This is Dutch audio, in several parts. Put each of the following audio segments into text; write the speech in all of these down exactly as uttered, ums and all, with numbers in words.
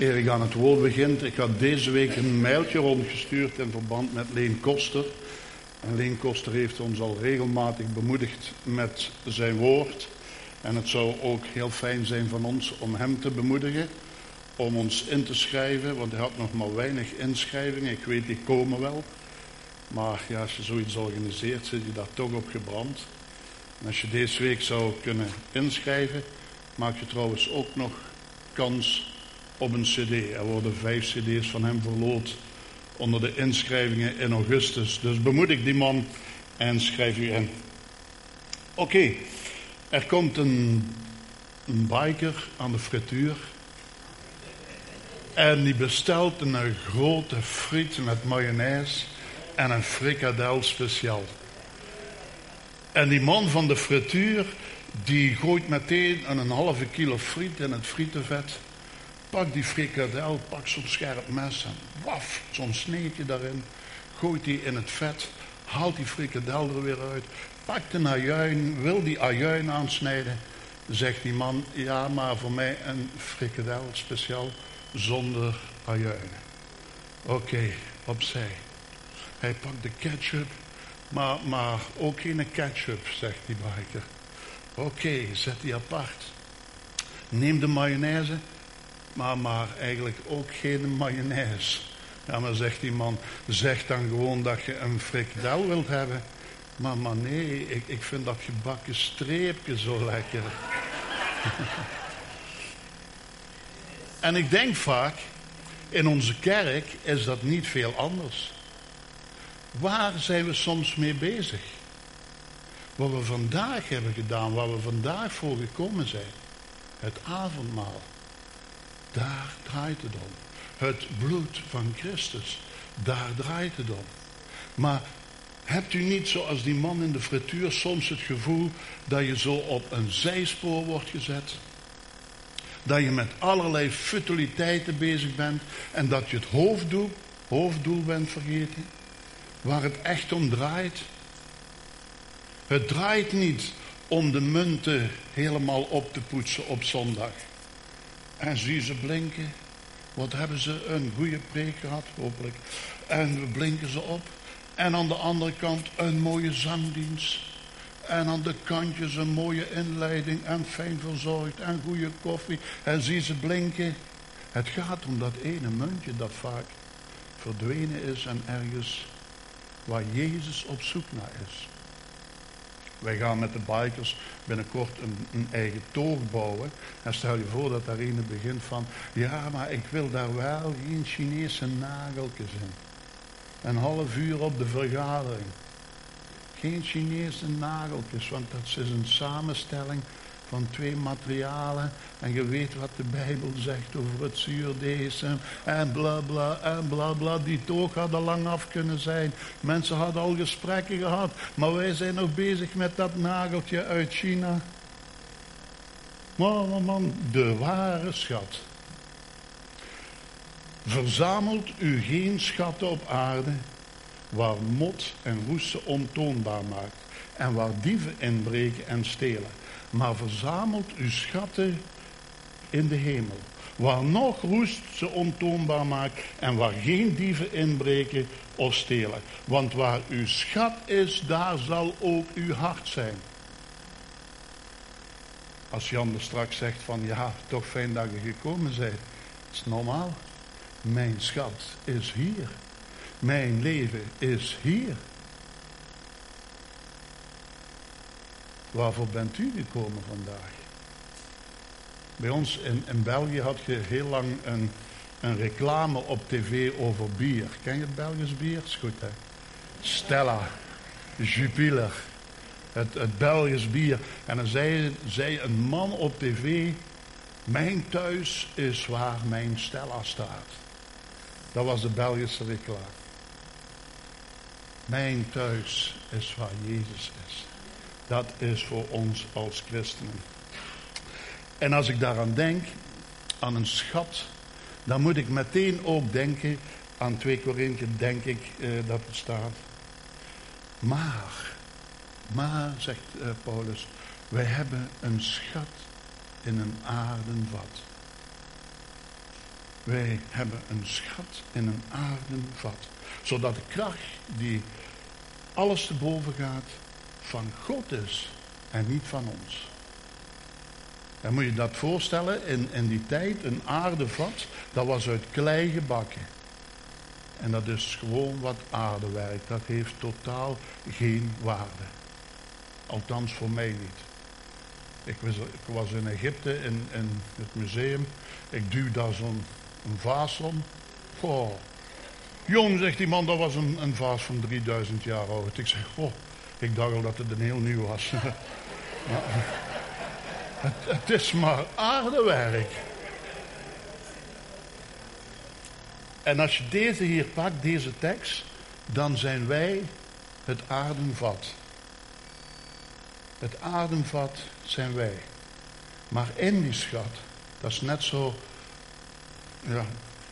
Eer ik aan het woord begint, ik had deze week een mailtje rondgestuurd in verband met Leen Koster. En Leen Koster heeft ons al regelmatig bemoedigd met zijn woord. En het zou ook heel fijn zijn van ons om hem te bemoedigen, om ons in te schrijven, want hij had nog maar weinig inschrijvingen. Ik weet, die komen wel. Maar ja, als je zoiets organiseert, zit je daar toch op gebrand. En als je deze week zou kunnen inschrijven, maak je trouwens ook nog kans op een cd. Er worden vijf cd's van hem verloot onder de inschrijvingen in augustus. Dus bemoedig die man en schrijf u in. Oké, okay. Er komt een, een biker aan de frituur. En die bestelt een grote friet met mayonaise en een frikadel speciaal. En die man van de frituur, die gooit meteen een halve kilo friet in het frietenvet. Pak die frikadel, pak zo'n scherp mes en waf, zo'n sneetje daarin. Gooit die in het vet, haalt die frikadel er weer uit. Pakt een ajuin, wil die ajuin aansnijden. Zegt die man, ja, maar voor mij een frikadel speciaal zonder ajuin. Oké, okay, opzij. Hij pakt de ketchup, maar, maar ook geen ketchup, zegt die biker. Oké, okay, zet die apart. Neem de mayonaise, maar, maar eigenlijk ook geen mayonaise. Ja, maar zegt die man, zeg dan gewoon dat je een frikadel wilt hebben. Maar, maar nee, ik, ik vind dat gebakken streepje zo lekker. En ik denk vaak, in onze kerk is dat niet veel anders. Waar zijn we soms mee bezig? Wat we vandaag hebben gedaan, waar we vandaag voor gekomen zijn. Het avondmaal. Daar draait het om. Het bloed van Christus. Daar draait het om. Maar hebt u niet zoals die man in de frituur soms het gevoel dat je zo op een zijspoor wordt gezet? Dat je met allerlei futiliteiten bezig bent en dat je het hoofddoel, hoofddoel bent vergeten? Waar het echt om draait? Het draait niet om de munten helemaal op te poetsen op zondag. En zie ze blinken. Wat hebben ze een goede preek gehad, hopelijk. En we blinken ze op. En aan de andere kant een mooie zangdienst. En aan de kantjes een mooie inleiding. En fijn verzorgd. En goede koffie. En zie ze blinken. Het gaat om dat ene muntje dat vaak verdwenen is. En ergens waar Jezus op zoek naar is. Wij gaan met de bikers binnenkort een, een eigen toog bouwen. En stel je voor dat daar een begint van... Ja, maar ik wil daar wel geen Chinese nageltjes in. Een half uur op de vergadering. Geen Chinese nageltjes, want dat is een samenstelling van twee materialen. En je weet wat de Bijbel zegt over het zuurdesem. En bla bla en bla bla. Die toog had al lang af kunnen zijn. Mensen hadden al gesprekken gehad. Maar wij zijn nog bezig met dat nageltje uit China. Man, man, man, de ware schat. Verzamelt u geen schatten op aarde, waar mot en roest ze ontoonbaar maakt. En waar dieven inbreken en stelen. Maar verzamelt uw schatten in de hemel. Waar nog roest ze ontoonbaar maakt. En waar geen dieven inbreken of stelen. Want waar uw schat is, daar zal ook uw hart zijn. Als Jan er straks zegt van ja, toch fijn dat je gekomen bent. Dat is normaal. Mijn schat is hier. Mijn leven is hier. Waarvoor bent u gekomen vandaag? Bij ons in, in België had je heel lang een, een reclame op tv over bier. Ken je het Belgisch bier? Is goed, hè? Stella, Jupiler, het, het Belgisch bier. En dan zei, zei een man op tv... Mijn thuis is waar mijn Stella staat. Dat was de Belgische reclame. Mijn thuis is waar Jezus is. Dat is voor ons als christenen. En als ik daaraan denk, aan een schat, dan moet ik meteen ook denken aan twee Korinthe, denk ik eh, dat het staat. Maar, maar, zegt eh, Paulus, wij hebben een schat in een aarden vat. Wij hebben een schat in een aarden vat. Zodat de kracht die alles te boven gaat van God is en niet van ons. Dan moet je dat voorstellen, in, in die tijd een aardevat, dat was uit klei gebakken. En dat is gewoon wat aardewerk. Dat heeft totaal geen waarde. Althans voor mij niet. Ik was, ik was in Egypte in, in het museum. Ik duw daar zo'n een vaas om. Goh. Jong, zegt die man, dat was een, een vaas van drieduizend jaar oud. Ik zeg, goh, ik dacht al dat het een heel nieuw was. Ja. Het, het is maar aardewerk. En als je deze hier pakt, deze tekst, dan zijn wij het aardenvat. Het aardenvat zijn wij. Maar in die schat, dat is net zo, ja,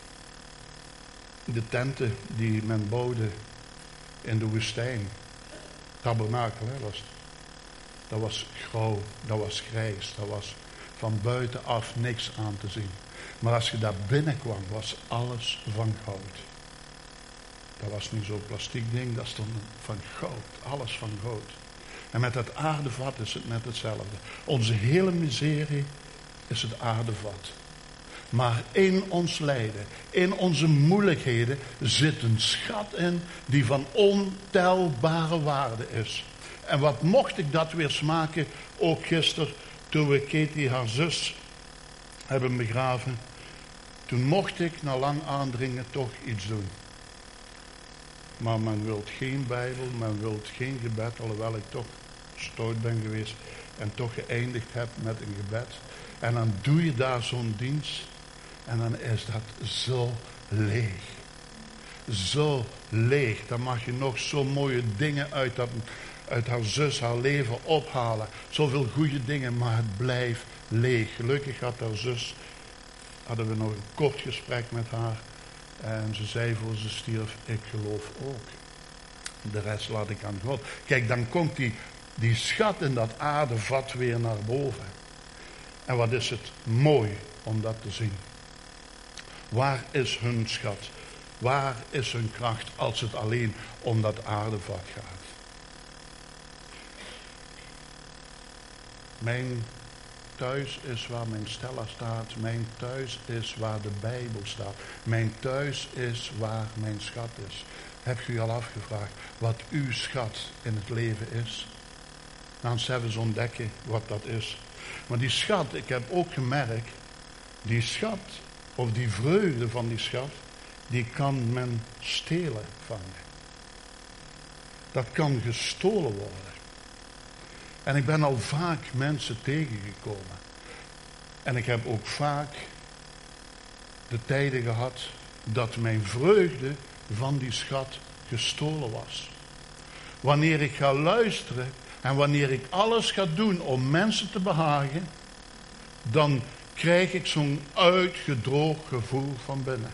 de tenten die men bouwde in de woestijn. Tabernakel, hè, was het. Dat was grauw, dat was grijs, dat was van buitenaf niks aan te zien. Maar als je daar binnenkwam, was alles van goud. Dat was niet zo'n plastic ding, dat stond van goud, alles van goud. En met dat aardevat is het net hetzelfde. Onze hele miserie is het aardevat. Maar in ons lijden, in onze moeilijkheden, zit een schat in die van ontelbare waarde is. En wat mocht ik dat weer smaken, ook gisteren, toen we Katie, haar zus, hebben begraven. Toen mocht ik na lang aandringen toch iets doen. Maar men wil geen Bijbel, men wil geen gebed, alhoewel ik toch stout ben geweest en toch geëindigd heb met een gebed. En dan doe je daar zo'n dienst en dan is dat zo leeg. Zo leeg. Dan mag je nog zo mooie dingen uit, dat, uit haar zus, haar leven ophalen. Zoveel goede dingen, maar het blijft leeg. Gelukkig had haar zus, hadden we nog een kort gesprek met haar. En ze zei voor ze stierf, ik geloof ook. De rest laat ik aan God. Kijk, dan komt die, die schat in dat aardevat weer naar boven. En wat is het mooi om dat te zien. Waar is hun schat? Waar is hun kracht als het alleen om dat aardevat gaat? Mijn thuis is waar mijn Stella staat. Mijn thuis is waar de Bijbel staat. Mijn thuis is waar mijn schat is. Heb je u al afgevraagd wat uw schat in het leven is? Nou, eens even ontdekken wat dat is. Maar die schat, ik heb ook gemerkt, die schat, of die vreugde van die schat, die kan men stelen van je. Dat kan gestolen worden. En ik ben al vaak mensen tegengekomen. En ik heb ook vaak de tijden gehad dat mijn vreugde van die schat gestolen was. Wanneer ik ga luisteren en wanneer ik alles ga doen om mensen te behagen, dan krijg ik zo'n uitgedroogd gevoel van binnen.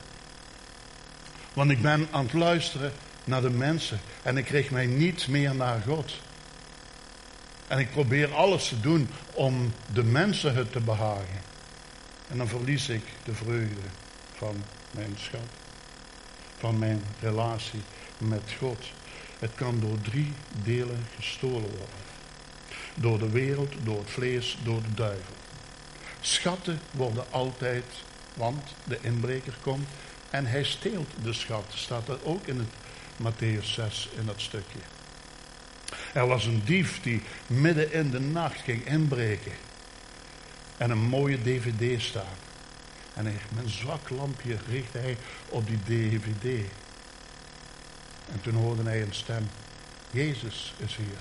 Want ik ben aan het luisteren naar de mensen en ik richt mij niet meer naar God. En ik probeer alles te doen om de mensen het te behagen. En dan verlies ik de vreugde van mijn schat. Van mijn relatie met God. Het kan door drie delen gestolen worden. Door de wereld, door het vlees, door de duivel. Schatten worden altijd, want de inbreker komt en hij steelt de schat. Staat er ook in het Mattheüs zes in dat stukje. Er was een dief die midden in de nacht ging inbreken. En een mooie dvd staan. En hij, met een zwak lampje richtte hij op die dvd. En toen hoorde hij een stem. Jezus is hier.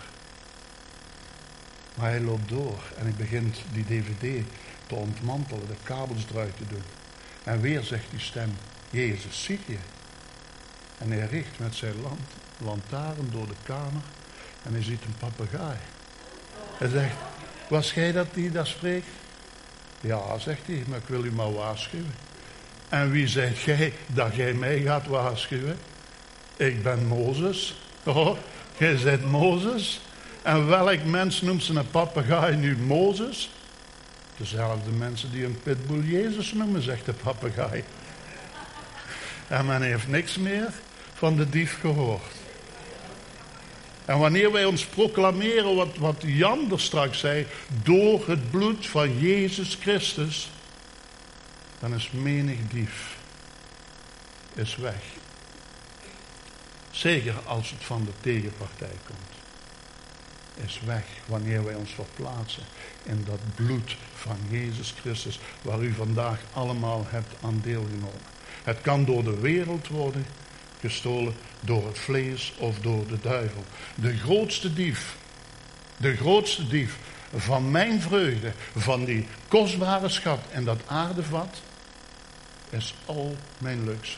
Maar hij loopt door en hij begint die dvd te ontmantelen, de kabels eruit te doen. En weer zegt die stem, Jezus zie je. En hij richt met zijn lant, lantaarn door de kamer en hij ziet een papegaai. Hij zegt, was jij dat die dat spreekt? Ja, zegt hij, maar ik wil u maar waarschuwen. En wie zijt gij dat jij mij gaat waarschuwen? Ik ben Mozes. Oh, jij bent Mozes. En welk mens noemt ze een papegaai nu Mozes? Dezelfde mensen die een pitbull Jezus noemen, zegt de papegaai. En men heeft niks meer van de dief gehoord. En wanneer wij ons proclameren, wat, wat Jan er straks zei, door het bloed van Jezus Christus, dan is menig dief is weg. Zeker als het van de tegenpartij komt. Is weg wanneer wij ons verplaatsen in dat bloed van Jezus Christus, waar u vandaag allemaal hebt aan deelgenomen. Het kan door de wereld worden gestolen, door het vlees of door de duivel. De grootste dief, de grootste dief van mijn vreugde, van die kostbare schat en dat aardevat, is al mijn luxe.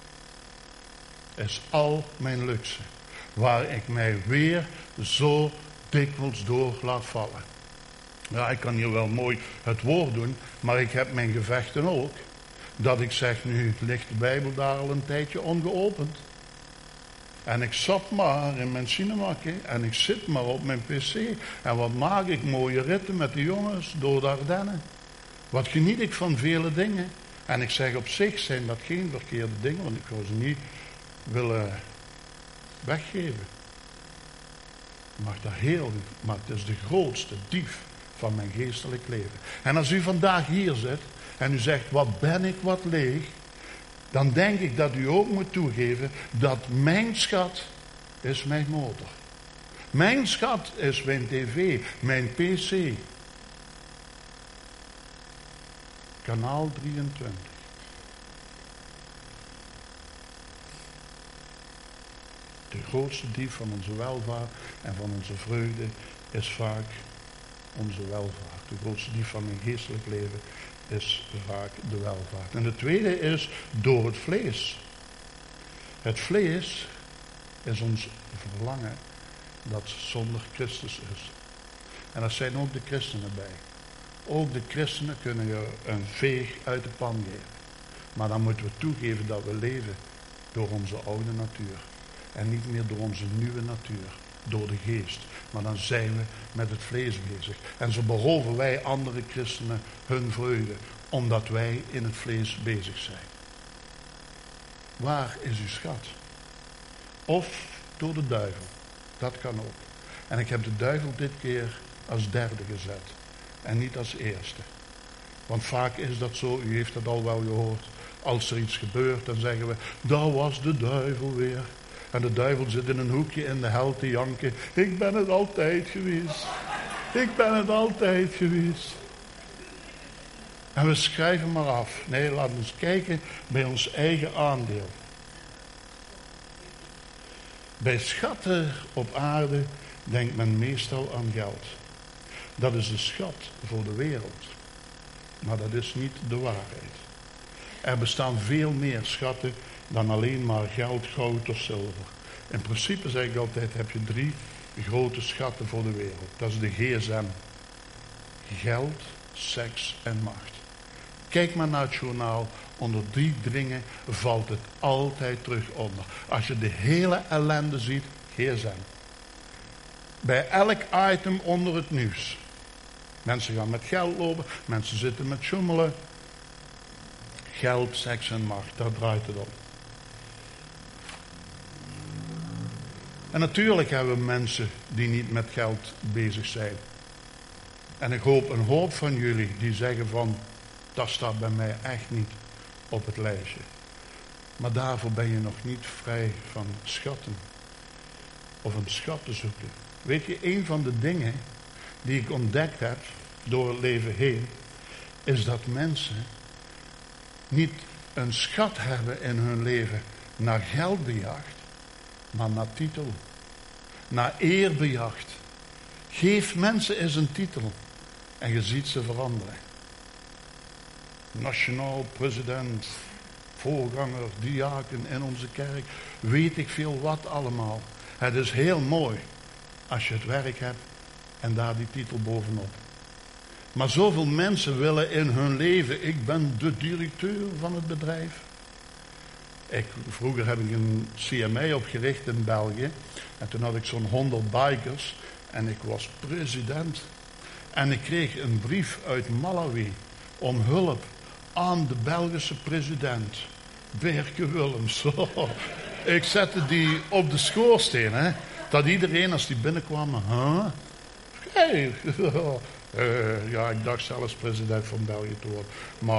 Is al mijn luxe. Waar ik mij weer zo dikwijls door laat vallen. Ja, ik kan hier wel mooi het woord doen, maar ik heb mijn gevechten ook. Dat ik zeg, nu ligt de Bijbel daar al een tijdje ongeopend. En ik zat maar in mijn cinemakje en ik zit maar op mijn pc. En wat maak ik mooie ritten met de jongens door de Ardennen. Wat geniet ik van vele dingen. En ik zeg, op zich zijn dat geen verkeerde dingen, want ik wil ze niet willen weggeven. Maar, dat heel, maar het is de grootste dief van mijn geestelijk leven. En als u vandaag hier zit en u zegt, wat ben ik wat leeg, dan denk ik dat u ook moet toegeven dat mijn schat is mijn motor. Mijn schat is mijn tv, mijn pc. Kanaal drieëntwintig. De grootste dief van onze welvaart en van onze vreugde is vaak onze welvaart. De grootste dief van mijn geestelijk leven is vaak de welvaart. En de tweede is door het vlees. Het vlees is ons verlangen dat zonder Christus is. En dat zijn ook de christenen bij. Ook de christenen kunnen je een veeg uit de pan geven. Maar dan moeten we toegeven dat we leven door onze oude natuur. En niet meer door onze nieuwe natuur. Door de geest. Maar dan zijn we met het vlees bezig. En zo beroven wij andere christenen hun vreugde. Omdat wij in het vlees bezig zijn. Waar is uw schat? Of door de duivel. Dat kan ook. En ik heb de duivel dit keer als derde gezet. En niet als eerste. Want vaak is dat zo, u heeft het al wel gehoord. Als er iets gebeurt, dan zeggen we, daar was de duivel weer. En de duivel zit in een hoekje in de hel te janken. Ik ben het altijd geweest. Ik ben het altijd geweest. En we schrijven maar af. Nee, laten we eens kijken bij ons eigen aandeel. Bij schatten op aarde denkt men meestal aan geld. Dat is de schat voor de wereld. Maar dat is niet de waarheid. Er bestaan veel meer schatten dan alleen maar geld, goud of zilver. In principe zeg ik altijd, heb je drie grote schatten voor de wereld. Dat is de G S M. Geld, seks en macht. Kijk maar naar het journaal. Onder die dingen valt het altijd terug onder. Als je de hele ellende ziet, G S M. Bij elk item onder het nieuws. Mensen gaan met geld lopen, mensen zitten met sjoemelen. Geld, seks en macht, daar draait het om. En natuurlijk hebben we mensen die niet met geld bezig zijn. En ik hoop een hoop van jullie die zeggen van, dat staat bij mij echt niet op het lijstje. Maar daarvoor ben je nog niet vrij van schatten. Of een schat te zoeken. Weet je, een van de dingen die ik ontdekt heb door het leven heen, is dat mensen niet een schat hebben in hun leven naar geldbejacht, maar naar titel. Naar eerbejacht. Geef mensen eens een titel en je ziet ze veranderen. Nationaal president, voorganger, diaken in onze kerk, weet ik veel wat allemaal. Het is heel mooi als je het werk hebt en daar die titel bovenop. Maar zoveel mensen willen in hun leven, ik ben de directeur van het bedrijf. Ik, vroeger heb ik een C M A opgericht in België. En toen had ik zo'n honderd bikers. En ik was president. En ik kreeg een brief uit Malawi om hulp aan de Belgische president. Beerke Willems. Ik zette die op de schoorsteen, hè. Dat iedereen als die binnenkwam, huh? Hey. uh, ja, ik dacht zelfs president van België te worden. Maar,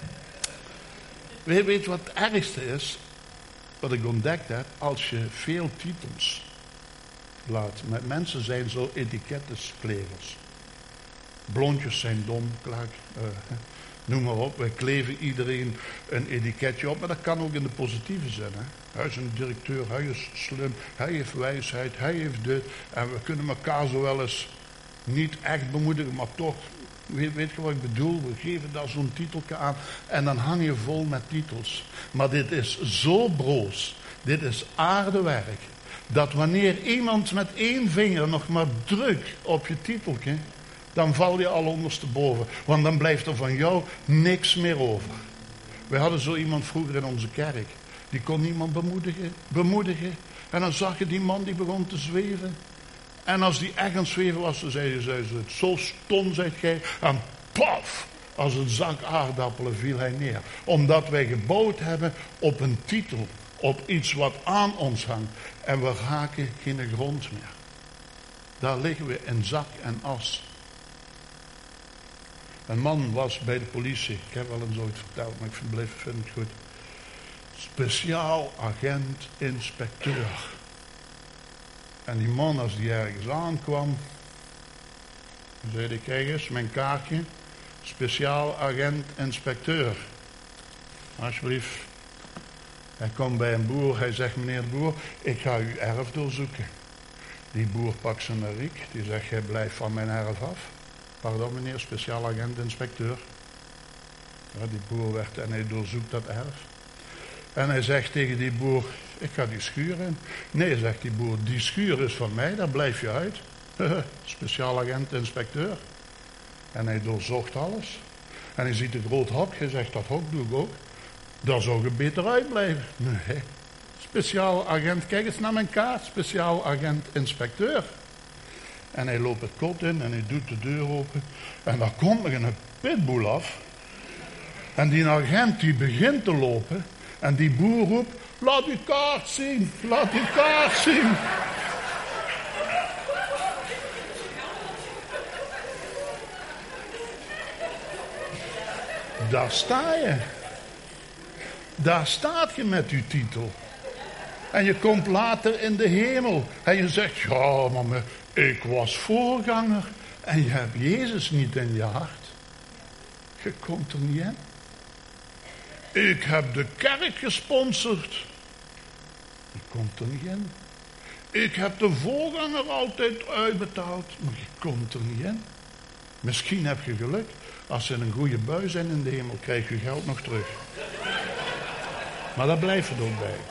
weet je wat het ergste is? Wat ik ontdekt heb, als je veel titels laat. Met mensen zijn zo etikettenklevers. Blondjes zijn dom, klaar. Uh, noem maar op. Wij kleven iedereen een etiketje op. Maar dat kan ook in de positieve zin. Hè? Hij is een directeur, hij is slim, hij heeft wijsheid, hij heeft dit. En we kunnen elkaar zo wel eens niet echt bemoedigen, maar toch, weet, weet je wat ik bedoel? We geven daar zo'n titeltje aan en dan hang je vol met titels. Maar dit is zo broos, dit is aardewerk, dat wanneer iemand met één vinger nog maar drukt op je titeltje, dan val je al ondersteboven. Want dan blijft er van jou niks meer over. We hadden zo iemand vroeger in onze kerk. Die kon niemand bemoedigen, bemoedigen. En dan zag je die man die begon te zweven. En als die echt aan het zweven was, dan zei ze, zo stom zijt gij. En paf, als een zak aardappelen viel hij neer. Omdat wij gebouwd hebben op een titel. Op iets wat aan ons hangt. En we raken geen grond meer. Daar liggen we in zak en as. Een man was bij de politie. Ik heb wel eens ooit verteld, maar ik vind, vind het goed. Speciaal agent inspecteur. En die man, als die ergens aankwam, dan zei hij, kijk eens, mijn kaartje. Speciaal agent inspecteur. Alsjeblieft. Hij komt bij een boer, hij zegt, meneer de boer, ik ga uw erf doorzoeken. Die boer pakt zijn riek, die zegt, jij blijft van mijn erf af. Pardon meneer, speciaal agent inspecteur. Ja, die boer werd en hij doorzoekt dat erf. En hij zegt tegen die boer, ik ga die schuur in. Nee, zegt die boer, die schuur is van mij, daar blijf je uit. Speciaal agent inspecteur. En hij doorzocht alles. En hij ziet een groot hok, hij zegt, dat hok doe ik ook. Daar zou je beter uitblijven. Nee, speciaal agent, kijk eens naar mijn kaart, speciaal agent inspecteur. En hij loopt het kot in en hij doet de deur open. En daar komt er een pitbull af. En die agent die begint te lopen. En die boer roept, laat uw kaart zien, laat uw kaart zien. Daar sta je. Daar staat je met uw titel. En je komt later in de hemel. En je zegt, ja, maar ik was voorganger. En je hebt Jezus niet in je hart. Je komt er niet in. Ik heb de kerk gesponsord. Je komt er niet in. Ik heb de voorganger altijd uitbetaald. Maar je komt er niet in. Misschien heb je geluk. Als ze in een goede bui zijn in de hemel, krijg je geld nog terug. Maar daar blijft het ook bij.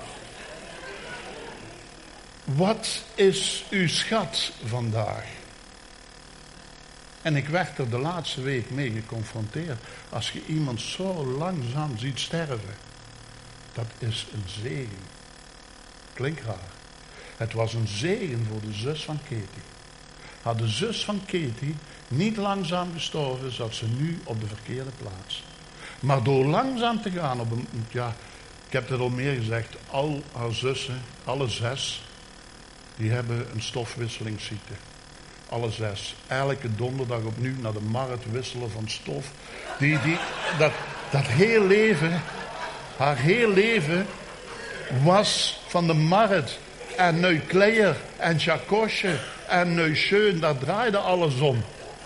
Wat is uw schat vandaag? En ik werd er de laatste week mee geconfronteerd. Als je iemand zo langzaam ziet sterven. Dat is een zegen. Klinkt raar. Het was een zegen voor de zus van Katie. Had de zus van Katie niet langzaam gestorven, zat ze nu op de verkeerde plaats. Maar door langzaam te gaan op een... Ja, ik heb het al meer gezegd. Al haar zussen, alle zes, die hebben een stofwisselingsziekte. Alle zes. Elke donderdag opnieuw naar de markt wisselen van stof. Die, die, dat, dat heel leven, haar heel leven was van de markt. En Neukleier en Jacosje en Neuschön, daar draaide alles om.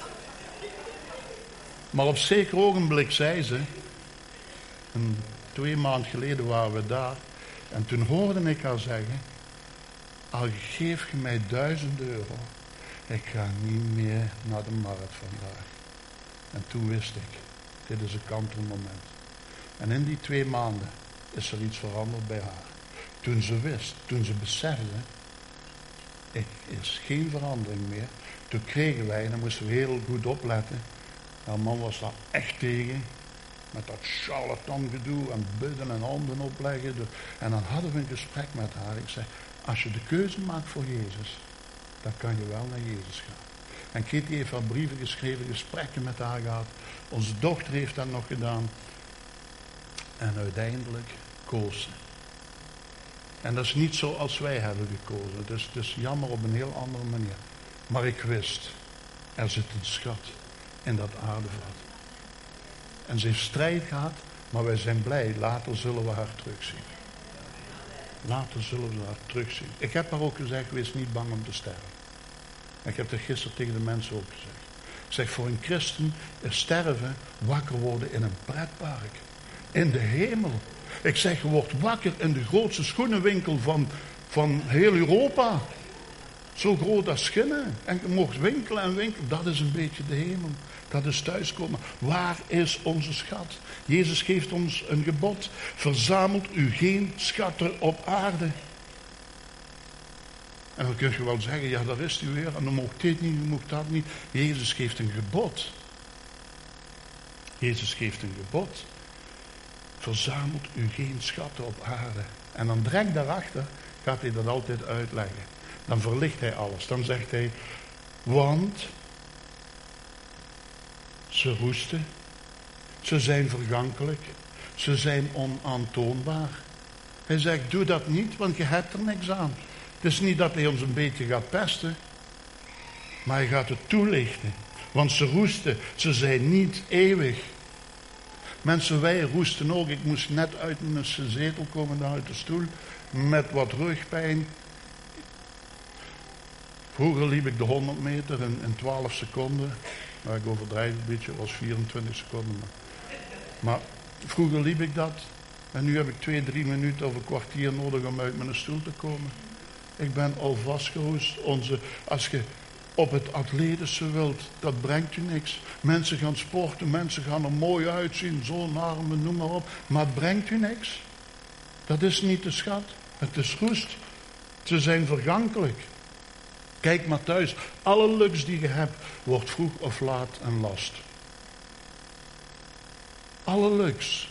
Maar op zeker ogenblik zei ze, een, twee maanden geleden waren we daar, en toen hoorde ik haar zeggen, al geef je mij duizend euro, ik ga niet meer naar de markt vandaag. En toen wist ik, dit is een kantelmoment. En in die twee maanden is er iets veranderd bij haar. Toen ze wist, toen ze besefte, er is geen verandering meer. Toen kregen wij, en dan moesten we heel goed opletten. Haar man was daar echt tegen. Met dat charlatangedoe en bidden en handen opleggen. En dan hadden we een gesprek met haar. Ik zei, als je de keuze maakt voor Jezus, dan kan je wel naar Jezus gaan. En Kitty heeft haar brieven geschreven, gesprekken met haar gehad. Onze dochter heeft dat nog gedaan. En uiteindelijk koos. En dat is niet zoals wij hebben gekozen. Dus het is jammer op een heel andere manier. Maar ik wist, er zit een schat in dat aardevat. En ze heeft strijd gehad, maar wij zijn blij. Later zullen we haar terugzien. Later zullen we haar terugzien. Ik heb haar ook gezegd, wees niet bang om te sterven. Ik heb dat gisteren tegen de mensen ook gezegd. Ik zeg, voor een christen is sterven wakker worden in een pretpark. In de hemel. Ik zeg, je wordt wakker in de grootste schoenenwinkel van, van heel Europa. Zo groot als Schinnen. En je mocht winkelen en winkelen. Dat is een beetje de hemel. Dat is thuiskomen. Waar is onze schat? Jezus geeft ons een gebod. Verzamelt u geen schatten op aarde. En dan kun je wel zeggen, ja, daar is u weer. En dan mocht dit niet, dan mocht dat niet. Jezus geeft een gebod. Jezus geeft een gebod. Verzamelt u geen schatten op aarde. En dan direct daarachter gaat hij dat altijd uitleggen. Dan verlicht hij alles. Dan zegt hij, want ze roesten, ze zijn vergankelijk, ze zijn onaantoonbaar. Hij zegt, doe dat niet, want je hebt er niks aan. Het is niet dat hij ons een beetje gaat pesten, maar hij gaat het toelichten. Want ze roesten, ze zijn niet eeuwig. Mensen, wij roesten ook. Ik moest net uit mijn zetel komen, uit de stoel, met wat rugpijn. Vroeger liep ik de honderd meter in, in twaalf seconden. Nou, ik overdrijf een beetje, het was vierentwintig seconden. Maar, maar vroeger liep ik dat. En nu heb ik twee, drie minuten of een kwartier nodig om uit mijn stoel te komen. Ik ben al vastgeroest. Onze, als je op het atletische wilt, dat brengt u niks. Mensen gaan sporten, mensen gaan er mooi uitzien, zo'n armen, noem maar op. Maar het brengt u niks. Dat is niet de schat. Het is roest. Ze zijn vergankelijk. Kijk maar thuis. Alle luxe die je hebt, wordt vroeg of laat een last. Alle luxe.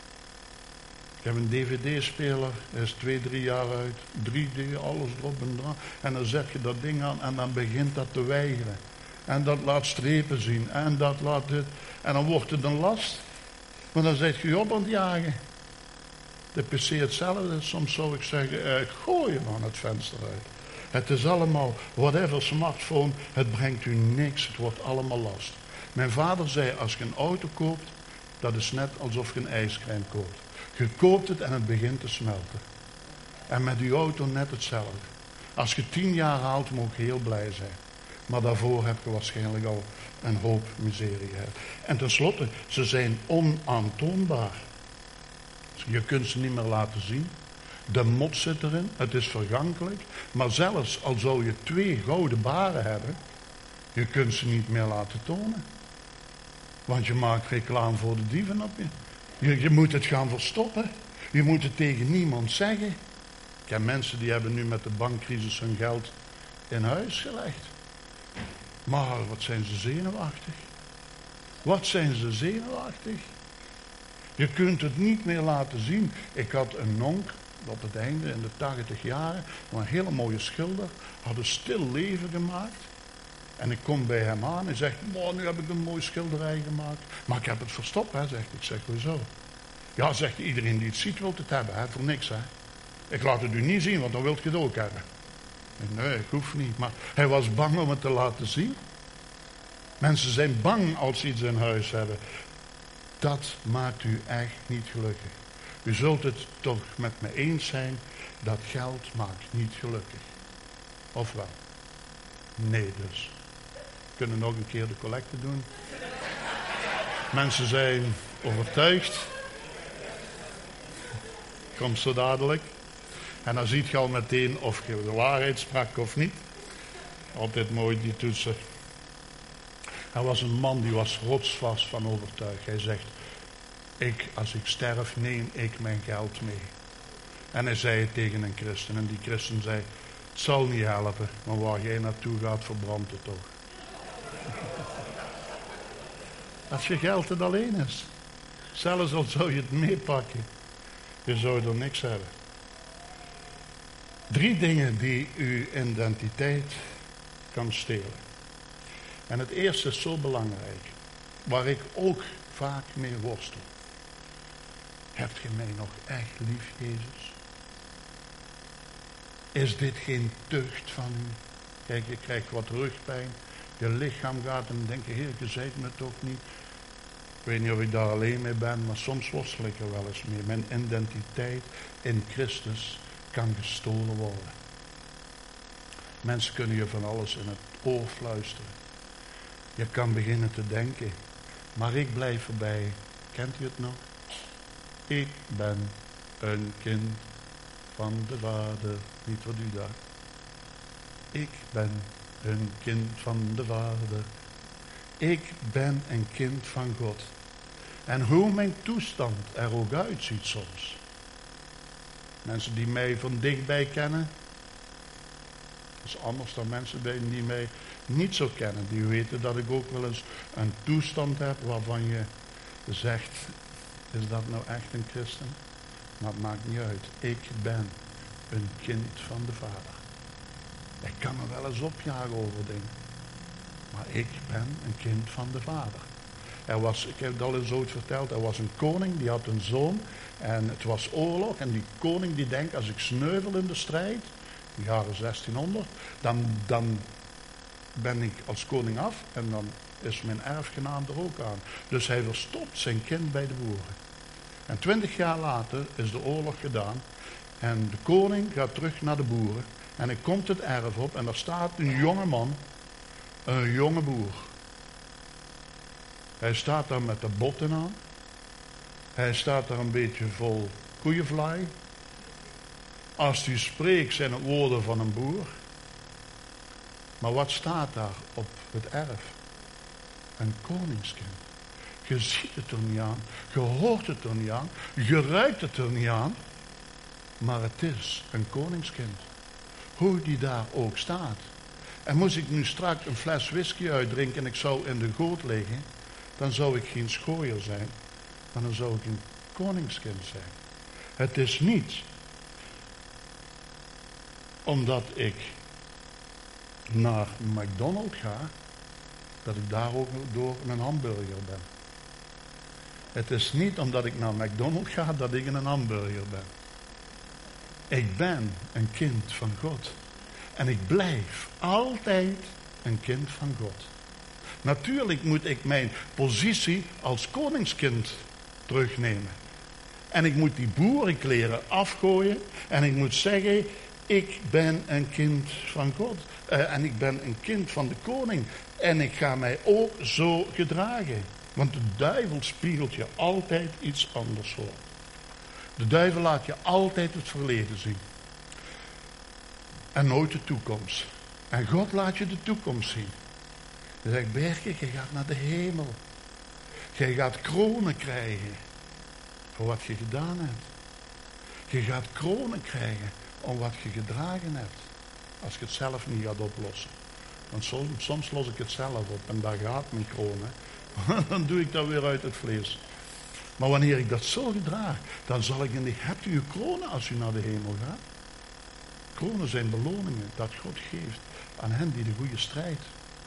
Ik heb een dvd-speler, hij is twee, drie jaar uit. drie D, alles erop en eraan. En dan zet je dat ding aan en dan begint dat te weigeren. En dat laat strepen zien. En dat laat dit. En dan wordt het een last. Maar dan zet je je op aan het jagen. De pc hetzelfde. Soms zou ik zeggen, eh, gooi hem aan het venster uit. Het is allemaal, whatever smartphone, het brengt u niks. Het wordt allemaal last. Mijn vader zei, als je een auto koopt, dat is net alsof je een ijscrème koopt. Je koopt het en het begint te smelten. En met uw auto net hetzelfde. Als je tien jaar haalt, moet je heel blij zijn. Maar daarvoor heb je waarschijnlijk al een hoop miserie gehad. En tenslotte, ze zijn onaantoonbaar. Je kunt ze niet meer laten zien. De mot zit erin, het is vergankelijk. Maar zelfs al zou je twee gouden baren hebben, je kunt ze niet meer laten tonen. Want je maakt reclame voor de dieven op je. Je, je moet het gaan verstoppen. Je moet het tegen niemand zeggen. Ik ken mensen die hebben nu met de bankcrisis hun geld in huis gelegd. Maar wat zijn ze zenuwachtig. Wat zijn ze zenuwachtig. Je kunt het niet meer laten zien. Ik had een nonk op het einde in de tachtig jaren, een hele mooie schilder, had een stil leven gemaakt. En ik kom bij hem aan en zeg, oh, nu heb ik een mooie schilderij gemaakt. Maar ik heb het verstopt, hè, zegt ik. Zeg, hoezo? Ja, zegt iedereen die het ziet wil het hebben, hè, voor niks, hè. Ik laat het u niet zien, want dan wilt je het ook hebben. Nee, ik hoef niet. Maar hij was bang om het te laten zien. Mensen zijn bang als ze iets in huis hebben. Dat maakt u echt niet gelukkig. U zult het toch met me eens zijn, dat geld maakt niet gelukkig. Of wel? Nee dus. We kunnen nog een keer de collecte doen. Mensen zijn overtuigd. Komt zo dadelijk. En dan ziet je al meteen of je de waarheid sprak of niet. Altijd mooi die toetsen. Er was een man die was rotsvast van overtuigd. Hij zegt, ik, als ik sterf, neem ik mijn geld mee. En hij zei het tegen een christen. En die christen zei, het zal niet helpen, maar waar jij naartoe gaat, verbrandt het toch. Als je geld het alleen is. Zelfs al zou je het meepakken. Je zou er niks hebben. Drie dingen die uw identiteit kan stelen. En het eerste is zo belangrijk. Waar ik ook vaak mee worstel. Hebt je mij nog echt lief, Jezus? Is dit geen tucht van u? Kijk, je krijgt wat rugpijn. Je lichaam gaat en denk je, Heer, je zijt me toch niet. Ik weet niet of ik daar alleen mee ben, maar soms worstel ik er wel eens mee. Mijn identiteit in Christus kan gestolen worden. Mensen kunnen je van alles in het oor fluisteren. Je kan beginnen te denken, maar ik blijf erbij. Kent u het nog? Ik ben een kind van de Vader. Niet wat u dacht. Ik ben een kind van de Vader. Ik ben een kind van God. En hoe mijn toestand er ook uitziet soms. Mensen die mij van dichtbij kennen. Dat is anders dan mensen die mij niet zo kennen. Die weten dat ik ook wel eens een toestand heb waarvan je zegt, is dat nou echt een christen? Maar het maakt niet uit. Ik ben een kind van de Vader. Ik kan me wel eens opjagen over dingen. Maar ik ben een kind van de Vader. Er was, ik heb het al eens ooit verteld, er was een koning, die had een zoon. En het was oorlog. En die koning die denkt, als ik sneuvel in de strijd, in de jaren zestienhonderd, dan, dan ben ik als koning af. En dan is mijn erfgenaam er ook aan. Dus hij verstopt zijn kind bij de boeren. En twintig jaar later is de oorlog gedaan. En de koning gaat terug naar de boeren. En hij komt het erf op en daar staat een jonge man, een jonge boer. Hij staat daar met de botten aan. Hij staat daar een beetje vol koeienvlaai. Als hij spreekt zijn het woorden van een boer. Maar wat staat daar op het erf? Een koningskind. Je ziet het er niet aan, je hoort het er niet aan, je ruikt het er niet aan. Maar het is een koningskind. Hoe die daar ook staat. En moest ik nu straks een fles whisky uitdrinken en ik zou in de goot liggen, dan zou ik geen schooier zijn, maar dan zou ik een koningskind zijn. Het is niet omdat ik naar McDonald's ga, dat ik daar ook door een hamburger ben. Het is niet omdat ik naar McDonald's ga dat ik een hamburger ben. Ik ben een kind van God. En ik blijf altijd een kind van God. Natuurlijk moet ik mijn positie als koningskind terugnemen. En ik moet die boerenkleren afgooien. En ik moet zeggen, ik ben een kind van God. Uh, en ik ben een kind van de koning. En ik ga mij ook zo gedragen. Want de duivel spiegelt je altijd iets anders voor. De duivel laat je altijd het verleden zien. En nooit de toekomst. En God laat je de toekomst zien. Hij zegt, Berke, je gaat naar de hemel. Jij gaat kronen krijgen. Voor wat je gedaan hebt. Je gaat kronen krijgen om wat je gedragen hebt. Als je het zelf niet gaat oplossen. Want soms, soms los ik het zelf op en daar gaat mijn kroon. Dan doe ik dat weer uit het vlees. Maar wanneer ik dat zo gedraag, dan zal ik in de... Hebt u uw kronen als u naar de hemel gaat? Kronen zijn beloningen dat God geeft aan hen die de goede strijd.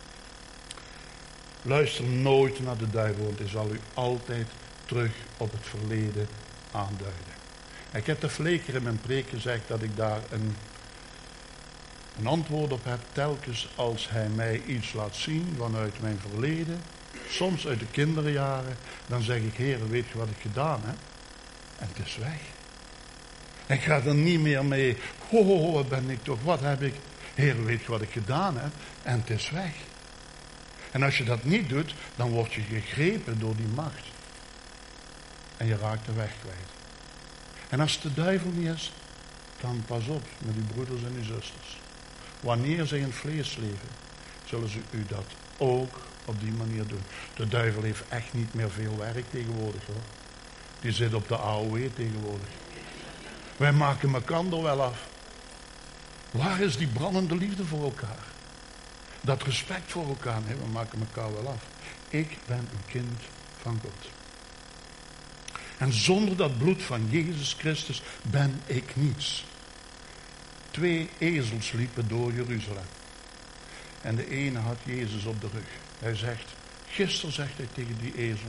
Luister nooit naar de duivel, want hij zal u altijd terug op het verleden aanduiden. Ik heb de verleden keer in mijn preek gezegd dat ik daar een, een antwoord op heb, telkens als hij mij iets laat zien vanuit mijn verleden, soms uit de kinderjaren, dan zeg ik, Heer, weet je wat ik gedaan heb? En het is weg. Ik ga er niet meer mee, ho, ho, ho, wat ben ik toch, wat heb ik? Heer, weet je wat ik gedaan heb? En het is weg. En als je dat niet doet, dan word je gegrepen door die macht. En je raakt de weg kwijt. En als het de duivel niet is, dan pas op met uw broeders en uw zusters. Wanneer ze in het vlees leven, zullen ze u dat ook op die manier doen. De duivel heeft echt niet meer veel werk tegenwoordig, hoor. Die zit op de A O W tegenwoordig. Wij maken elkaar er wel af. Waar is die brandende liefde voor elkaar? Dat respect voor elkaar, nee, we maken elkaar wel af. Ik ben een kind van God. En zonder dat bloed van Jezus Christus ben ik niets. Twee ezels liepen door Jeruzalem. En de ene had Jezus op de rug. Hij zegt, gisteren zegt hij tegen die ezel,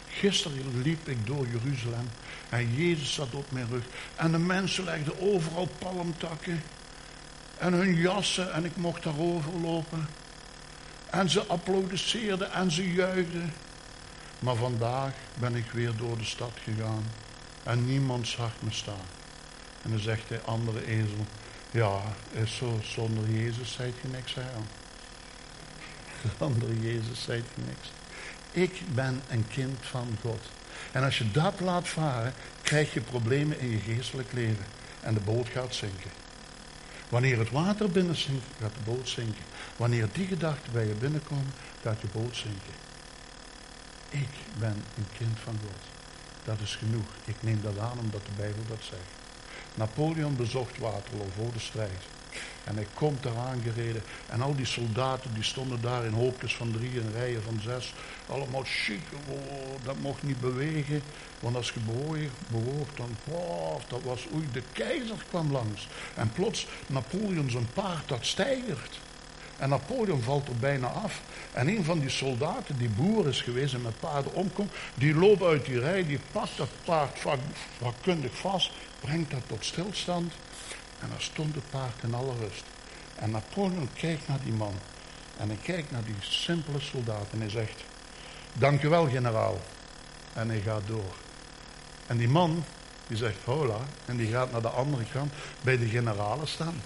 Gisteren liep ik door Jeruzalem en Jezus zat op mijn rug. En de mensen legden overal palmtakken en hun jassen en ik mocht daarover lopen. En ze applaudisseerden en ze juichten. Maar vandaag ben ik weer door de stad gegaan en niemand zag me staan. En dan zegt de andere ezel, ja, is zo, zonder Jezus zijt je niks aan. Zonder Jezus zijt je niks. Ik ben een kind van God. En als je dat laat varen, krijg je problemen in je geestelijk leven. En de boot gaat zinken. Wanneer het water binnen zinkt, gaat de boot zinken. Wanneer die gedachten bij je binnenkomen, gaat je boot zinken. Ik ben een kind van God. Dat is genoeg. Ik neem dat aan omdat de Bijbel dat zegt. Napoleon bezocht Waterloo voor de strijd. En hij komt eraan gereden. En al die soldaten die stonden daar in hoopjes van drie, in rijen van zes. Allemaal chic. Oh, dat mocht niet bewegen. Want als je bewoog, bewoog dan... Oh, dat was... Oei, de keizer kwam langs. En plots, Napoleon zijn paard, dat steigert. En Napoleon valt er bijna af. En een van die soldaten, die boer is geweest en met paarden omkomt, die loopt uit die rij, die pakt dat paard vak, vakkundig vast, brengt dat tot stilstand. En daar stond het paard in alle rust. En Napoleon kijkt naar die man. En hij kijkt naar die simpele soldaat en hij zegt, dank u wel, generaal. En hij gaat door. En die man, die zegt, hola. En die gaat naar de andere kant bij de generalen staan.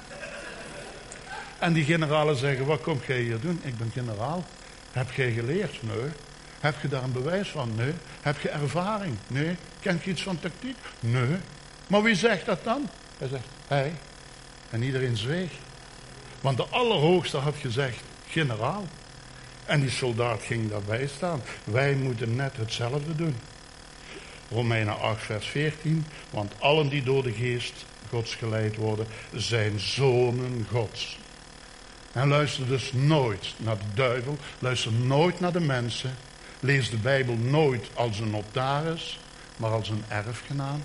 En die generalen zeggen, wat kom jij hier doen? Ik ben generaal. Heb jij geleerd? Nee. Heb je daar een bewijs van? Nee. Heb je ervaring? Nee. Kent je iets van tactiek? Nee. Maar wie zegt dat dan? Hij zegt, hij. En iedereen zweeg. Want de allerhoogste had gezegd, generaal. En die soldaat ging daarbij staan. Wij moeten net hetzelfde doen. Romeinen acht vers veertien. Want allen die door de geest Gods geleid worden, zijn zonen Gods. En luister dus nooit naar de duivel. Luister nooit naar de mensen. Lees de Bijbel nooit als een notaris, maar als een erfgenaam.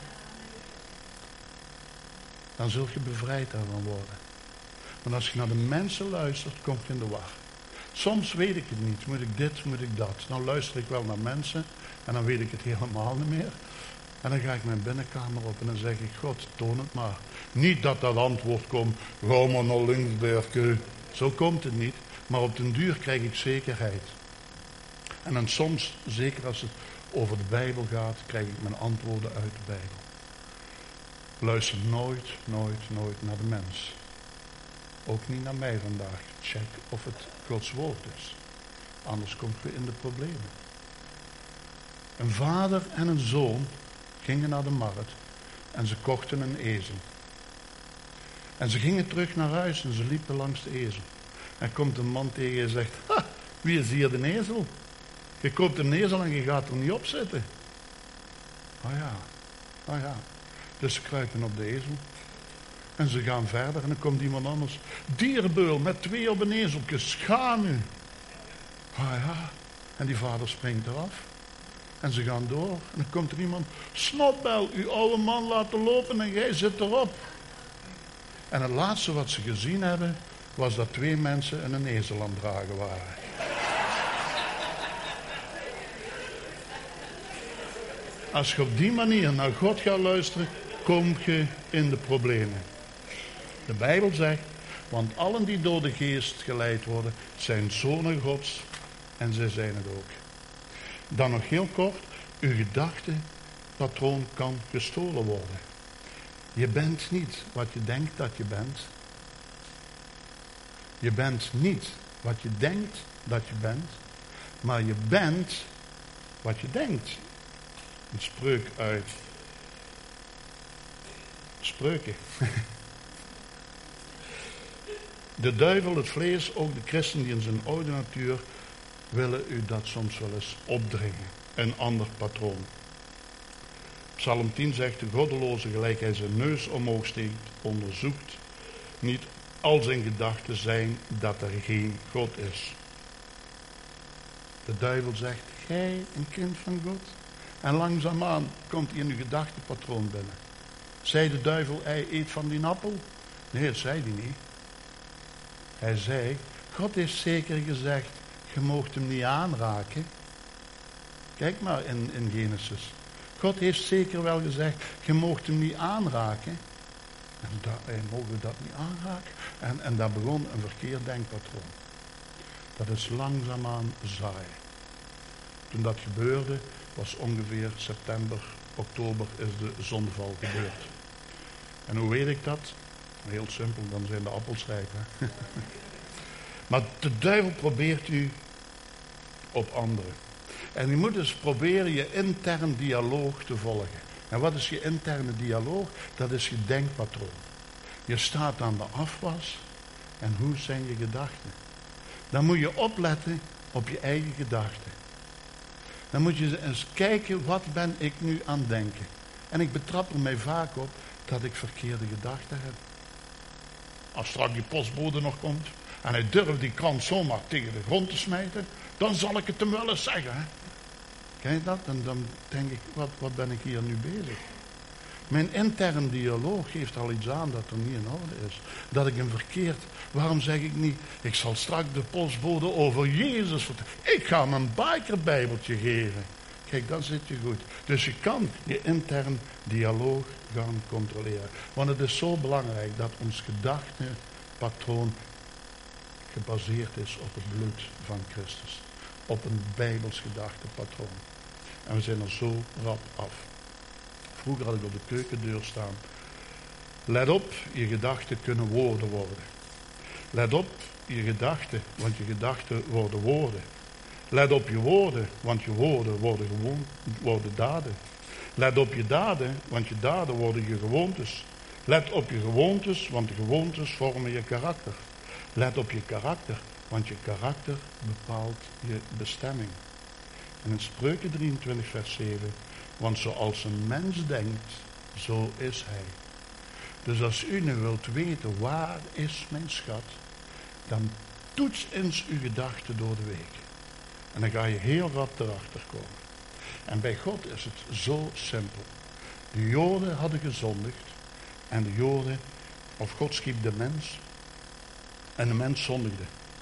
Dan zul je bevrijd daarvan worden. Want als je naar de mensen luistert, kom je in de war. Soms weet ik het niet. Moet ik dit, moet ik dat. Dan luister ik wel naar mensen en dan weet ik het helemaal niet meer. En dan ga ik mijn binnenkamer op en dan zeg ik, God, toon het maar. Niet dat dat antwoord komt, ga maar naar links, Berke. Zo komt het niet. Maar op den duur krijg ik zekerheid. En dan soms, zeker als het over de Bijbel gaat, krijg ik mijn antwoorden uit de Bijbel. Luister nooit, nooit, nooit naar de mens. Ook niet naar mij vandaag. Check of het Gods woord is. Anders komt je in de problemen. Een vader en een zoon gingen naar de markt en ze kochten een ezel. En ze gingen terug naar huis en ze liepen langs de ezel. En komt een man tegen je en zegt, ha, wie is hier de ezel? Je koopt een ezel en je gaat er niet op zitten. Oh ja, oh ja. Dus ze kruipen op de ezel. En ze gaan verder en dan komt iemand anders. Dierenbeul met twee op een ezeltje, schaam u. Ah ja, en die vader springt eraf. En ze gaan door. En dan komt er iemand. Snotbel, uw oude man laten lopen en jij zit erop. En het laatste wat ze gezien hebben, was dat twee mensen en een ezel aan het dragen waren. Als je op die manier naar God gaat luisteren, kom je in de problemen. De Bijbel zegt, want allen die door de geest geleid worden, zijn zonen Gods en zij zijn het ook. Dan nog heel kort, uw gedachtepatroon kan gestolen worden. Je bent niet wat je denkt dat je bent. Je bent niet wat je denkt dat je bent, maar je bent wat je denkt. Een spreuk uit Spreuken. De duivel, het vlees, ook de christen die in zijn oude natuur willen u dat soms wel eens opdringen. Een ander patroon. Psalm tien zegt, de goddeloze gelijk hij zijn neus omhoog steekt, onderzoekt niet al zijn gedachten zijn dat er geen God is. De duivel zegt, gij een kind van God. En langzaamaan komt hij in uw gedachtepatroon binnen. Zei de duivel, hij eet van die appel? Nee, dat zei hij niet. Hij zei, God heeft zeker gezegd, je moogt hem niet aanraken. Kijk maar in, in Genesis. God heeft zeker wel gezegd, je moogt hem niet aanraken. En dat, hij mogen dat niet aanraken. En, en daar begon een verkeerd denkpatroon. Dat is langzaamaan zaaien. Toen dat gebeurde, was ongeveer september, oktober is de zondeval gebeurd. En hoe weet ik dat? Heel simpel, dan zijn de appels rijp. Hè? Maar de duivel probeert u op anderen. En je moet dus proberen je intern dialoog te volgen. En wat is je interne dialoog? Dat is je denkpatroon. Je staat aan de afwas. En hoe zijn je gedachten? Dan moet je opletten op je eigen gedachten. Dan moet je eens kijken, wat ben ik nu aan het denken? En ik betrap er mij vaak op dat ik verkeerde gedachten heb. Als straks die postbode nog komt en hij durft die krant zomaar tegen de grond te smijten, dan zal ik het hem wel eens zeggen. Hè? Kijk dat? En dan denk ik, wat, wat ben ik hier nu bezig? Mijn interne dialoog geeft al iets aan dat er niet in orde is. Dat ik hem verkeerd... Waarom zeg ik niet, ik zal straks de postbode over Jezus vertellen. Ik ga hem een bikerbijbeltje geven. Kijk, dan zit je goed. Dus je kan je intern dialoog gaan controleren. Want het is zo belangrijk dat ons gedachtenpatroon gebaseerd is op het bloed van Christus. Op een bijbels gedachtenpatroon. En we zijn er zo rap af. Vroeger had ik op de keukendeur staan. Let op, je gedachten kunnen woorden worden. Let op je gedachten, want je gedachten worden woorden. Let op je woorden, want je woorden worden, gewoon, worden daden. Let op je daden, want je daden worden je gewoontes. Let op je gewoontes, want de gewoontes vormen je karakter. Let op je karakter, want je karakter bepaalt je bestemming. En in Spreuken drieëntwintig vers zeven, want zoals een mens denkt, zo is hij. Dus als u nu wilt weten, waar is mijn schat, dan toets eens uw gedachten door de week. En dan ga je heel rap erachter komen. En bij God is het zo simpel. De Joden hadden gezondigd. En de Joden, of God schiep de mens. En de mens zondigde.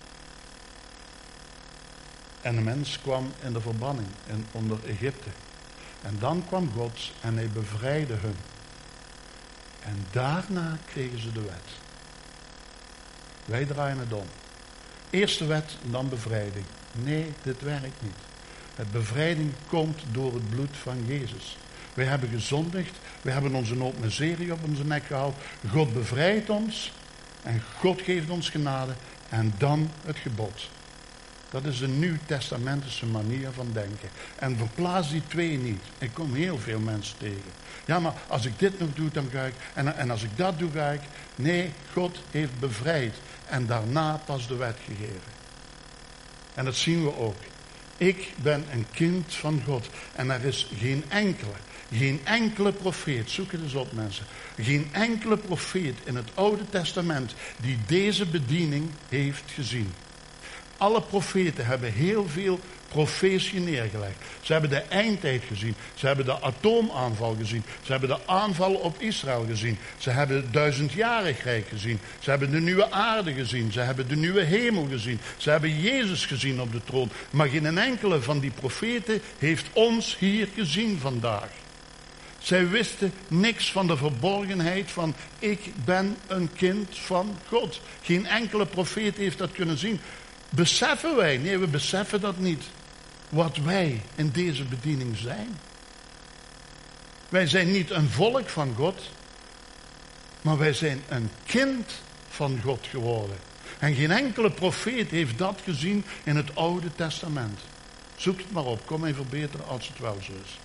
En de mens kwam in de verbanning in, onder Egypte. En dan kwam God en hij bevrijdde hun. En daarna kregen ze de wet. Wij draaien het om. Eerste wet, dan bevrijding. Nee, dit werkt niet. Het bevrijding komt door het bloed van Jezus. Wij hebben gezondigd. Wij hebben onze nood miserie op onze nek gehaald. God bevrijdt ons. En God geeft ons genade. En dan het gebod. Dat is een nieuwtestamentische manier van denken. En verplaats die twee niet. Ik kom heel veel mensen tegen. Ja, maar als ik dit nog doe, dan ga ik... En, en als ik dat doe, ga ik... Nee, God heeft bevrijd. En daarna pas de wet gegeven. En dat zien we ook. Ik ben een kind van God. En er is geen enkele, geen enkele profeet, zoek het eens op mensen. Geen enkele profeet in het Oude Testament die deze bediening heeft gezien. Alle profeten hebben heel veel profetie neergelegd. Ze hebben de eindtijd gezien. Ze hebben de atoomaanval gezien. Ze hebben de aanval op Israël gezien. Ze hebben het duizendjarig rijk gezien. Ze hebben de nieuwe aarde gezien. Ze hebben de nieuwe hemel gezien. Ze hebben Jezus gezien op de troon. Maar geen enkele van die profeten heeft ons hier gezien vandaag. Zij wisten niks van de verborgenheid van ik ben een kind van God. Geen enkele profeet heeft dat kunnen zien. Beseffen wij? Nee, we beseffen dat niet. Wat wij in deze bediening zijn. Wij zijn niet een volk van God. Maar wij zijn een kind van God geworden. En geen enkele profeet heeft dat gezien in het Oude Testament. Zoek het maar op. Kom even verbeteren als het wel zo is.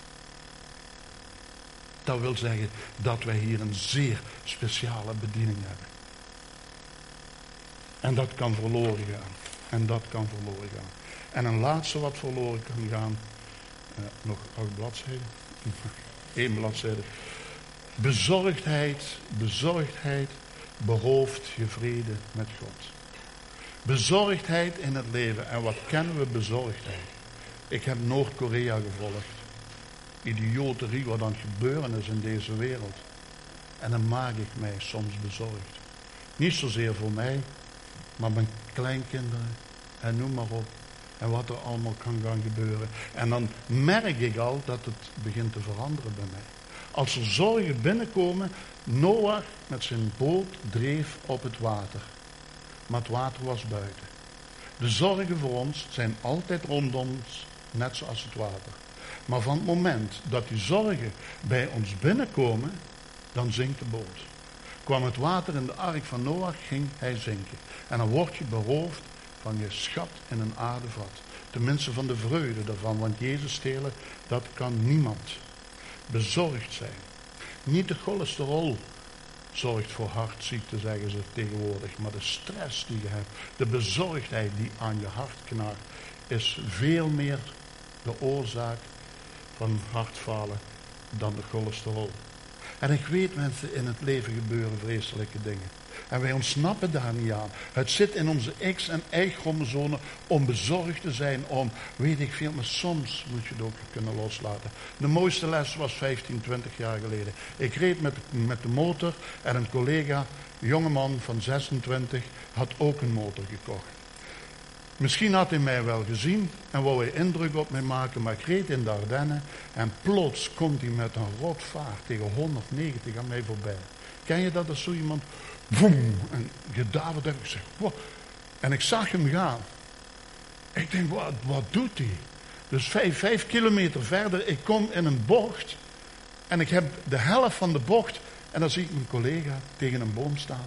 Dat wil zeggen dat wij hier een zeer speciale bediening hebben. En dat kan verloren gaan. En dat kan verloren gaan. En een laatste wat verloren kan gaan. Uh, nog acht bladzijden. Eén bladzijde. Bezorgdheid, bezorgdheid berooft je vrede met God. Bezorgdheid in het leven. En wat kennen we bezorgdheid? Ik heb Noord-Korea gevolgd. Idioterie wat aan het gebeuren is in deze wereld. En dan maak ik mij soms bezorgd. Niet zozeer voor mij, maar mijn kleinkinderen en noem maar op. En wat er allemaal kan gaan gebeuren. En dan merk ik al dat het begint te veranderen bij mij. Als er zorgen binnenkomen, Noach met zijn boot dreef op het water. Maar het water was buiten. De zorgen voor ons zijn altijd rondom ons, net zoals het water. Maar van het moment dat die zorgen bij ons binnenkomen, dan zinkt de boot. Kwam het water in de ark van Noach, ging hij zinken. En dan word je beroofd van je schat in een aardevat. Tenminste van de vreugde daarvan, want Jezus stelen, dat kan niemand. Bezorgd zijn. Niet de cholesterol zorgt voor hartziekte, zeggen ze tegenwoordig. Maar de stress die je hebt, de bezorgdheid die aan je hart knaagt, is veel meer de oorzaak van hartfalen dan de cholesterol. En ik weet, mensen, in het leven gebeuren vreselijke dingen. En wij ontsnappen daar niet aan. Het zit in onze X- en Y-chromosomen om bezorgd te zijn, om, weet ik veel, maar soms moet je het ook kunnen loslaten. De mooiste les was vijftien, twintig jaar geleden. Ik reed met, met de motor en een collega, een jongeman van zesentwintig, had ook een motor gekocht. Misschien had hij mij wel gezien en wou hij indruk op mij maken, maar ik reed in de Ardennen en plots komt hij met een rotvaart tegen honderdnegentig aan mij voorbij. Ken je dat als zo iemand, woem, en gedaverd heb ik gezegd, wow. En ik zag hem gaan. Ik denk, wat, wat doet hij? Dus vijf, vijf kilometer verder, ik kom in een bocht en ik heb de helft van de bocht en dan zie ik mijn collega tegen een boom staan.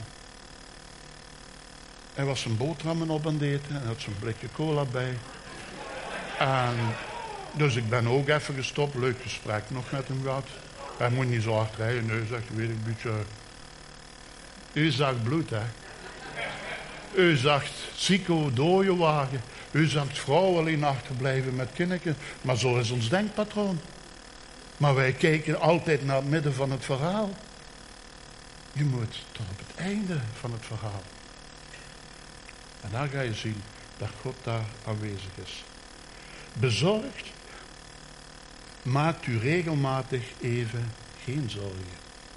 Hij was zijn boterhammen op aan het eten en had zo'n blikje cola bij. En dus ik ben ook even gestopt, leuk gesprek nog met hem gehad. Hij moet niet zo hard rijden, nee, zegt hij, weet ik, een beetje. U zag bloed, hè. U zag zieke dode wagen. U zag vrouwen alleen achterblijven met kinderen. Maar zo is ons denkpatroon. Maar wij kijken altijd naar het midden van het verhaal. Je moet tot op het einde van het verhaal. En dan ga je zien dat God daar aanwezig is. Bezorgd, maakt u regelmatig even geen zorgen.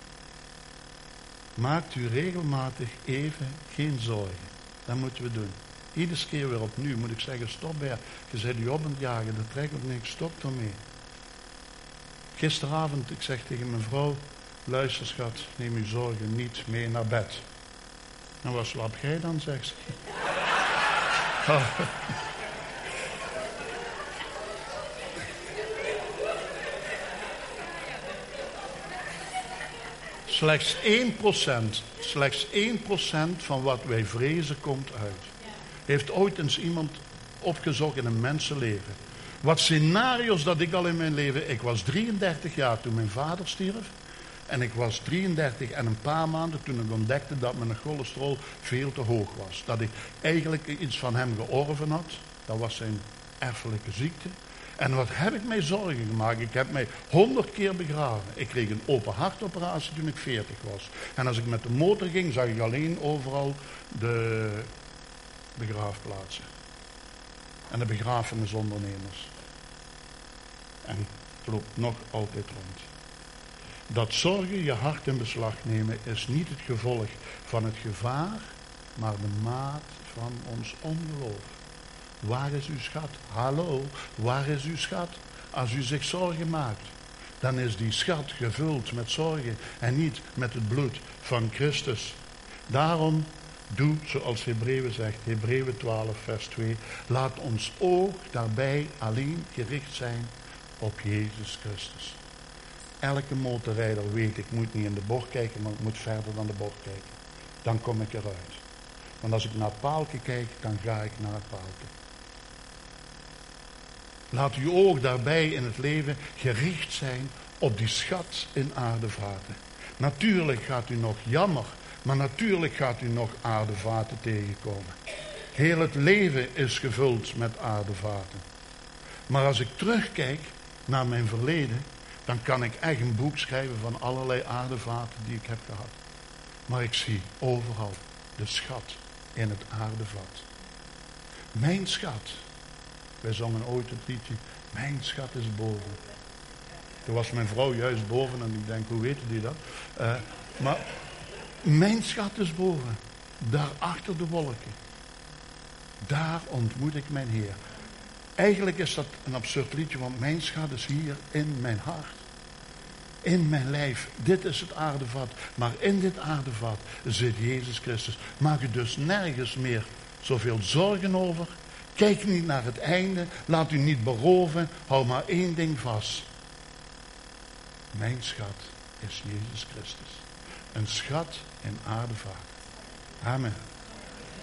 Maakt u regelmatig even geen zorgen. Dat moeten we doen. Iedere keer weer opnieuw moet ik zeggen, stop bij. Je zet u op aan het jagen, dat trekt ook niks, stop ermee. Gisteravond, ik zeg tegen mijn vrouw, luister schat, neem uw zorgen niet mee naar bed. En wat slaap jij dan, zegt ze. Oh. Slechts één procent, slechts één procent van wat wij vrezen komt uit. Heeft ooit eens iemand opgezocht in een mensenleven. Wat scenario's dat ik al in mijn leven... Ik was drieëndertig jaar toen mijn vader stierf. En ik was drieëndertig en een paar maanden toen ik ontdekte dat mijn cholesterol veel te hoog was. Dat ik eigenlijk iets van hem geërven had. Dat was zijn erfelijke ziekte. En wat heb ik mij zorgen gemaakt? Ik heb mij honderd keer begraven. Ik kreeg een open hartoperatie toen ik veertig was. En als ik met de motor ging, zag ik alleen overal de begraafplaatsen. En de begrafenisondernemers. En het loopt nog altijd rond. Dat zorgen je hart in beslag nemen is niet het gevolg van het gevaar, maar de maat van ons ongeloof. Waar is uw schat? Hallo, waar is uw schat? Als u zich zorgen maakt, dan is die schat gevuld met zorgen en niet met het bloed van Christus. Daarom doe zoals Hebreeën zegt, Hebreeën twaalf vers twee, laat ons oog daarbij alleen gericht zijn op Jezus Christus. Elke motorrijder weet, ik moet niet in de bocht kijken, maar ik moet verder dan de bocht kijken. Dan kom ik eruit. Want als ik naar het paaltje kijk, dan ga ik naar het paaltje. Laat uw oog daarbij in het leven gericht zijn op die schat in aardevaten. Natuurlijk gaat u nog jammer, maar natuurlijk gaat u nog aardevaten tegenkomen. Heel het leven is gevuld met aardevaten. Maar als ik terugkijk naar mijn verleden, dan kan ik echt een boek schrijven van allerlei aardevaten die ik heb gehad. Maar ik zie overal de schat in het aardevat. Mijn schat. Wij zongen ooit het liedje, mijn schat is boven. Toen was mijn vrouw juist boven en ik denk, hoe weten die dat? Uh, maar mijn schat is boven. Daar achter de wolken. Daar ontmoet ik mijn Heer. Eigenlijk is dat een absurd liedje, want mijn schat is hier in mijn hart. In mijn lijf. Dit is het aardevat. Maar in dit aardevat zit Jezus Christus. Maak u dus nergens meer zoveel zorgen over. Kijk niet naar het einde. Laat u niet beroven. Hou maar één ding vast. Mijn schat is Jezus Christus. Een schat in aardevat. Amen.